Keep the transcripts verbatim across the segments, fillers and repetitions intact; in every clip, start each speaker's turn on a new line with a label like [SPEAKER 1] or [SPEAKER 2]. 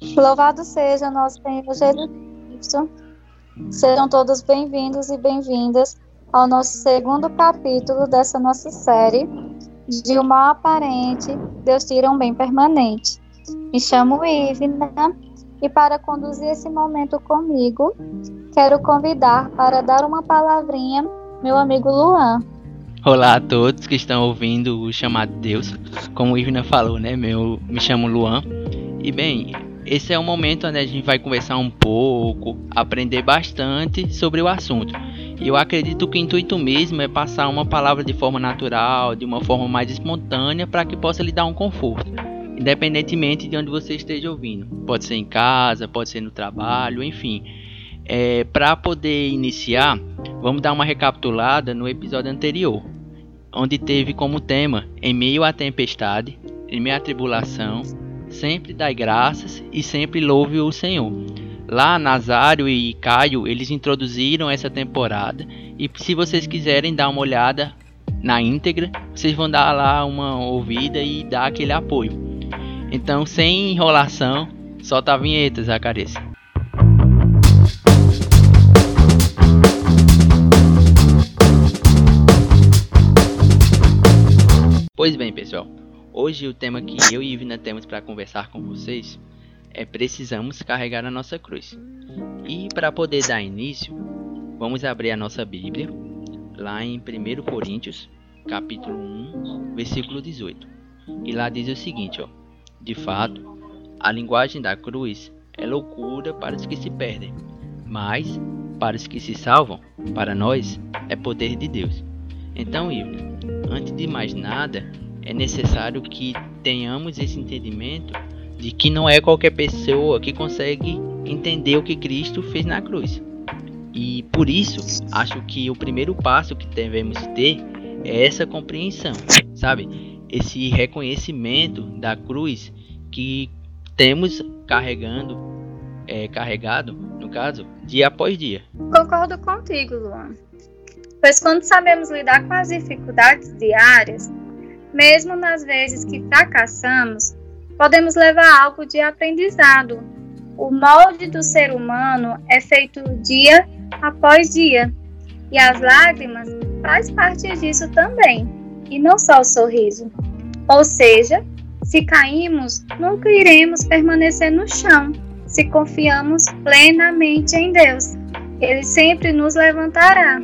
[SPEAKER 1] Louvado seja nosso Senhor Jesus Cristo. Sejam todos bem-vindos e bem-vindas ao nosso segundo capítulo dessa nossa série de O Mal Aparente, Deus tira um bem permanente. Me chamo Ivna e para conduzir esse momento comigo, quero convidar para dar uma palavrinha meu amigo Luan.
[SPEAKER 2] Olá a todos que estão ouvindo o Chamado de Deus. Como o Ivna falou, né? Meu, me chamo Luan. E bem, esse é o momento onde a gente vai conversar um pouco, aprender bastante sobre o assunto. E eu acredito que o intuito mesmo é passar uma palavra de forma natural, de uma forma mais espontânea, para que possa lhe dar um conforto, independentemente de onde você esteja ouvindo. Pode ser em casa, pode ser no trabalho, enfim. É, para poder iniciar, vamos dar uma recapitulada no episódio anterior, onde teve como tema: em meio à tempestade, em meio à tribulação, sempre dai graças e sempre louve o Senhor. Lá, Nazário e Caio, eles introduziram essa temporada, e se vocês quiserem dar uma olhada na íntegra, vocês vão dar lá uma ouvida e dar aquele apoio. Então, sem enrolação, solta a vinheta, Zacarias. Pois bem, pessoal, hoje o tema que eu e Ivna temos para conversar com vocês é: precisamos carregar a nossa cruz. E para poder dar início, vamos abrir a nossa Bíblia lá em primeiro Coríntios, capítulo um, versículo dezoito. E lá diz o seguinte, ó: de fato, a linguagem da cruz é loucura para os que se perdem, mas para os que se salvam, para nós, é poder de Deus. Então, Ivna, antes de mais nada, é necessário que tenhamos esse entendimento de que não é qualquer pessoa que consegue entender o que Cristo fez na cruz. E por isso, acho que o primeiro passo que devemos ter é essa compreensão, sabe? Esse reconhecimento da cruz que temos carregando, é, carregado, no caso, dia após dia.
[SPEAKER 1] Concordo contigo, Luan. Pois quando sabemos lidar com as dificuldades diárias, mesmo nas vezes que fracassamos, podemos levar algo de aprendizado. O molde do ser humano é feito dia após dia, e as lágrimas faz parte disso também, e não só o sorriso. Ou seja, se caímos, nunca iremos permanecer no chão, se confiamos plenamente em Deus. Ele sempre nos levantará.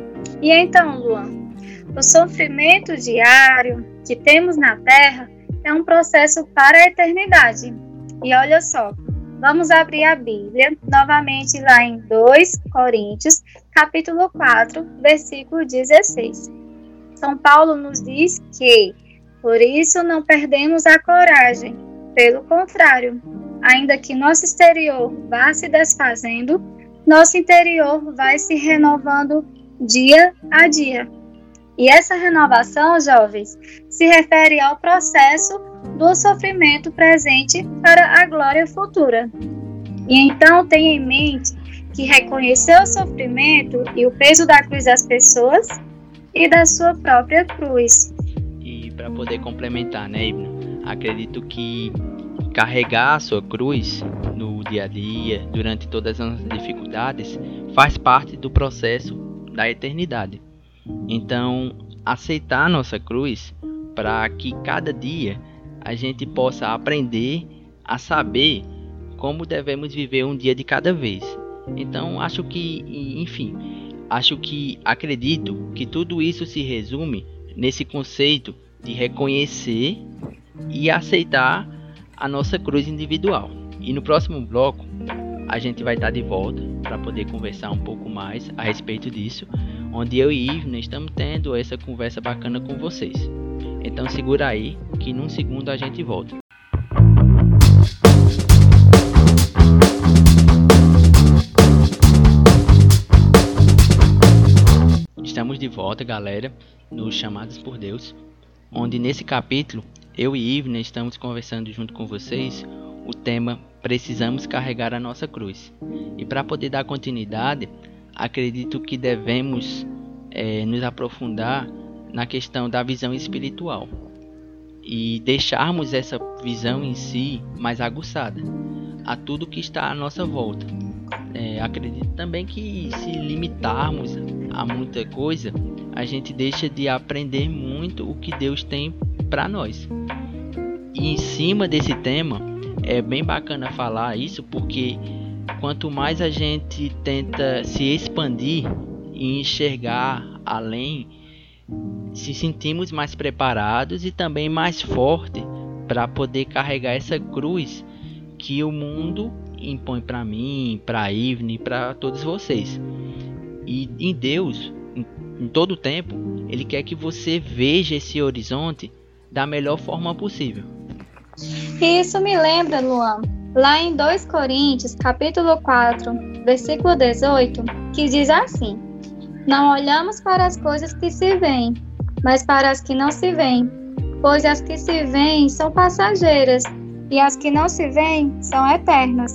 [SPEAKER 1] E então, Luan, o sofrimento diário que temos na Terra é um processo para a eternidade. E olha só, vamos abrir a Bíblia novamente lá em dois Coríntios, capítulo quatro, versículo dezesseis. São Paulo nos diz que, por isso não perdemos a coragem, pelo contrário, ainda que nosso exterior vá se desfazendo, nosso interior vai se renovando dia a dia. E essa renovação, jovens, se refere ao processo do sofrimento presente para a glória futura. E então tenha em mente que reconhecer o sofrimento e o peso da cruz das pessoas e da sua própria cruz.
[SPEAKER 2] E para poder complementar, né, Ivna? Acredito que carregar a sua cruz no dia a dia, durante todas as dificuldades, faz parte do processo da eternidade. Então, aceitar a nossa cruz para que cada dia a gente possa aprender a saber como devemos viver um dia de cada vez. Então, acho que, enfim, acho que, acredito que tudo isso se resume nesse conceito de reconhecer e aceitar a nossa cruz individual. E no próximo bloco, a gente vai estar de volta para poder conversar um pouco mais a respeito disso, onde eu e Ivna estamos tendo essa conversa bacana com vocês. Então segura aí, que num segundo a gente volta. Estamos de volta, galera, nos Chamados por Deus, onde nesse capítulo, eu e Ivna estamos conversando junto com vocês o tema Precisamos carregar a nossa cruz. E para poder dar continuidade, acredito que devemos é, nos aprofundar na questão da visão espiritual e deixarmos essa visão em si mais aguçada. a tudo que está à nossa volta. É, acredito também que se limitarmos a muita coisa, a gente deixa de aprender muito o que Deus tem para nós. E em cima desse tema, é bem bacana falar isso, porque quanto mais a gente tenta se expandir e enxergar além, se sentimos mais preparados e também mais fortes para poder carregar essa cruz que o mundo impõe para mim, para a Ivne, para todos vocês. E em Deus, em, em todo o tempo, Ele quer que você veja esse horizonte da melhor forma possível.
[SPEAKER 1] Isso me lembra, Luan, lá em dois Coríntios, capítulo quatro, versículo dezoito, que diz assim: não olhamos para as coisas que se veem, mas para as que não se veem, pois as que se veem são passageiras, e as que não se veem são eternas.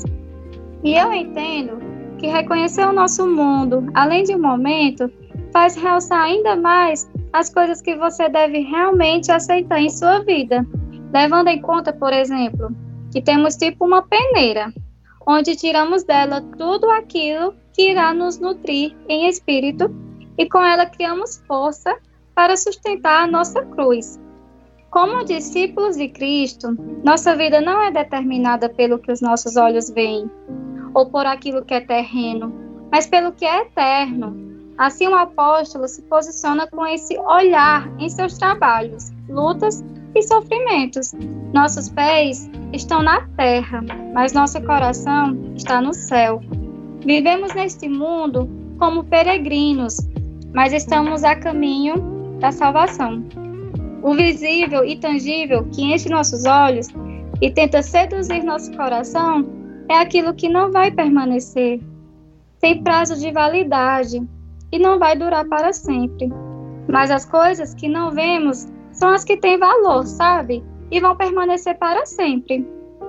[SPEAKER 1] E eu entendo que reconhecer o nosso mundo, além de um momento, faz realçar ainda mais as coisas que você deve realmente aceitar em sua vida, levando em conta, por exemplo, que temos tipo uma peneira, onde tiramos dela tudo aquilo que irá nos nutrir em espírito, e com ela criamos força para sustentar a nossa cruz. Como discípulos de Cristo, nossa vida não é determinada pelo que os nossos olhos veem, ou por aquilo que é terreno, mas pelo que é eterno. Assim, o apóstolo se posiciona com esse olhar em seus trabalhos, lutas e sofrimentos. Nossos pés estão na terra, mas nosso coração está no céu. Vivemos neste mundo como peregrinos, mas estamos a caminho da salvação. O visível e tangível que enche nossos olhos e tenta seduzir nosso coração é aquilo que não vai permanecer, tem prazo de validade e não vai durar para sempre. Mas as coisas que não vemos são as que têm valor, sabe? E vão permanecer para sempre.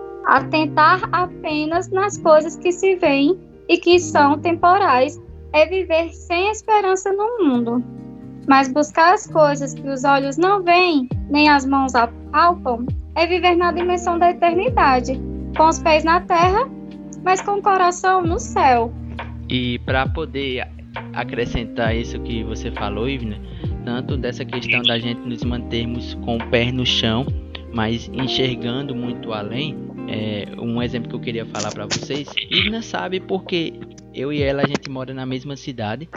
[SPEAKER 1] Atentar apenas nas coisas que se veem e que são temporais é viver sem esperança no mundo. Mas buscar as coisas que os olhos não veem, nem as mãos apalpam, é viver na dimensão da eternidade, com os pés na terra, mas com o coração no céu.
[SPEAKER 2] E para poder acrescentar isso que você falou, Ivna, tanto dessa questão da gente nos mantermos com o pé no chão, mas enxergando muito além, é, um exemplo que eu queria falar para vocês, Ivna sabe porque eu e ela, a gente mora na mesma cidade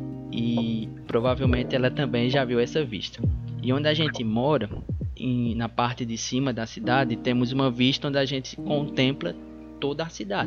[SPEAKER 2] e provavelmente ela também já viu essa vista. E onde a gente mora, em, na parte de cima da cidade, temos uma vista onde a gente contempla toda a cidade.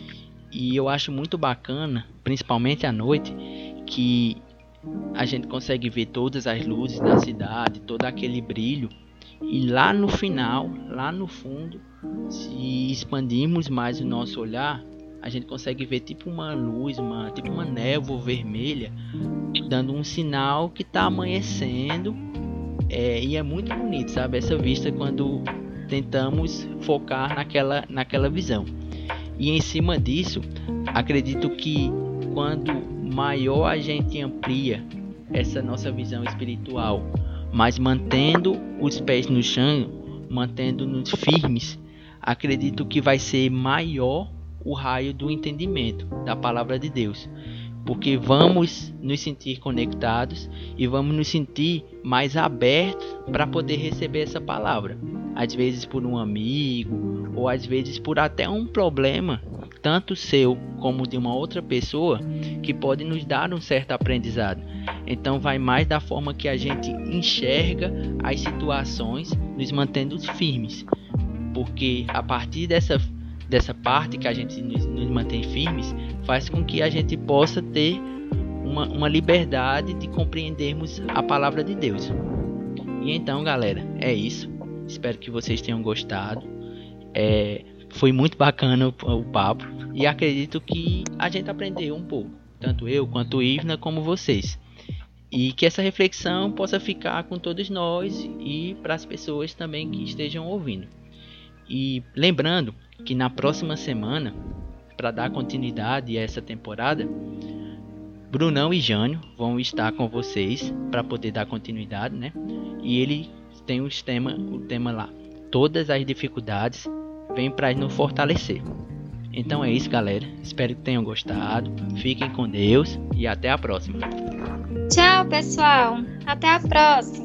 [SPEAKER 2] E eu acho muito bacana, principalmente à noite, que a gente consegue ver todas as luzes da cidade, todo aquele brilho. E lá no final, lá no fundo, se expandirmos mais o nosso olhar, a gente consegue ver tipo uma luz, uma, tipo uma névoa vermelha, dando um sinal que está amanhecendo. É, e é muito bonito, sabe, essa vista quando tentamos focar naquela, naquela visão. E em cima disso, acredito que quando maior a gente amplia essa nossa visão espiritual, mas mantendo os pés no chão, mantendo-nos firmes, acredito que vai ser maior o raio do entendimento da palavra de Deus, porque vamos nos sentir conectados e vamos nos sentir mais abertos para poder receber essa palavra, às vezes por um amigo ou às vezes por até um problema, tanto seu como de uma outra pessoa, que pode nos dar um certo aprendizado. Então vai mais da forma que a gente enxerga as situações, nos mantendo firmes, porque a partir dessa dessa parte que a gente nos, nos mantém firmes, faz com que a gente possa ter uma, uma liberdade de compreendermos a palavra de Deus. E então, galera, é isso. Espero que vocês tenham gostado. É, foi muito bacana o, o papo e acredito que a gente aprendeu um pouco, tanto eu quanto Ivna como vocês. E que essa reflexão possa ficar com todos nós e para as pessoas também que estejam ouvindo. E lembrando que na próxima semana, para dar continuidade a essa temporada, Brunão e Jânio vão estar com vocês para poder dar continuidade, né? E ele tem os tema, o tema lá: todas as dificuldades vêm para nos fortalecer. Então é isso, galera. Espero que tenham gostado. Fiquem com Deus e até a próxima.
[SPEAKER 1] Tchau, pessoal. Até a próxima.